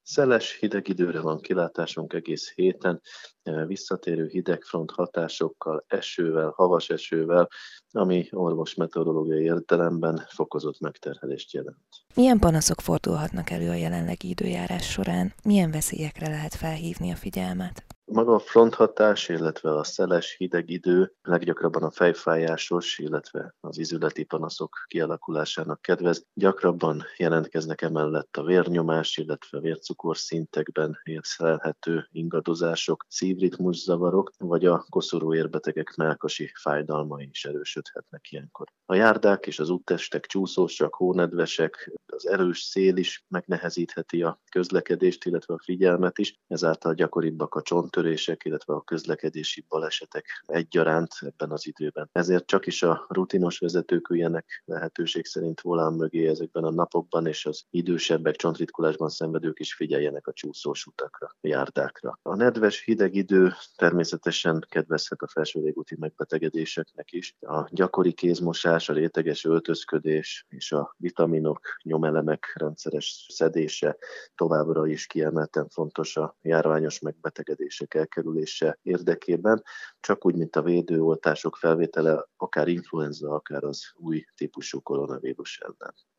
Szeles, hideg időre van kilátásunk egész héten, visszatérő hidegfront hatásokkal, esővel, havas esővel, ami orvos-meteorológiai értelemben fokozott megterhelést jelent. Milyen panaszok fordulhatnak elő a jelenlegi időjárás során? Milyen veszélyekre lehet felhívni a figyelmet? Maga a fronthatás, illetve a szeles, hideg idő leggyakrabban a fejfájásos, illetve az izületi panaszok kialakulásának kedvez. Gyakrabban jelentkeznek emellett a vérnyomás, illetve vércukorszintekben észlelhető ingadozások, szívritmuszavarok, vagy a koszorúérbetegek mellkasi fájdalmai is erősödhetnek ilyenkor. A járdák és az úttestek csúszósak, hónedvesek, az erős szél is megnehezítheti a közlekedést, illetve a figyelmet is, ezáltal gyakoribbak a csonttörések, illetve a közlekedési balesetek egyaránt ebben az időben. Ezért csak is a rutinos vezetők üljenek lehetőség szerint volán mögé ezekben a napokban, és az idősebbek, csontritkulásban szenvedők is figyeljenek a csúszós utakra, a járdákra. A nedves, hideg idő természetesen kedvezhet a felső légúti megbetegedéseknek is. A gyakori kézmosás, a réteges öltözködés és a vitaminok, nyomelemek rendszeres szedése továbbra is kiemelten fontos a járványos megbetegedések elkerülése érdekében, csak úgy, mint a védőoltások felvétele, akár influenza, akár az új típusú koronavírus ellen.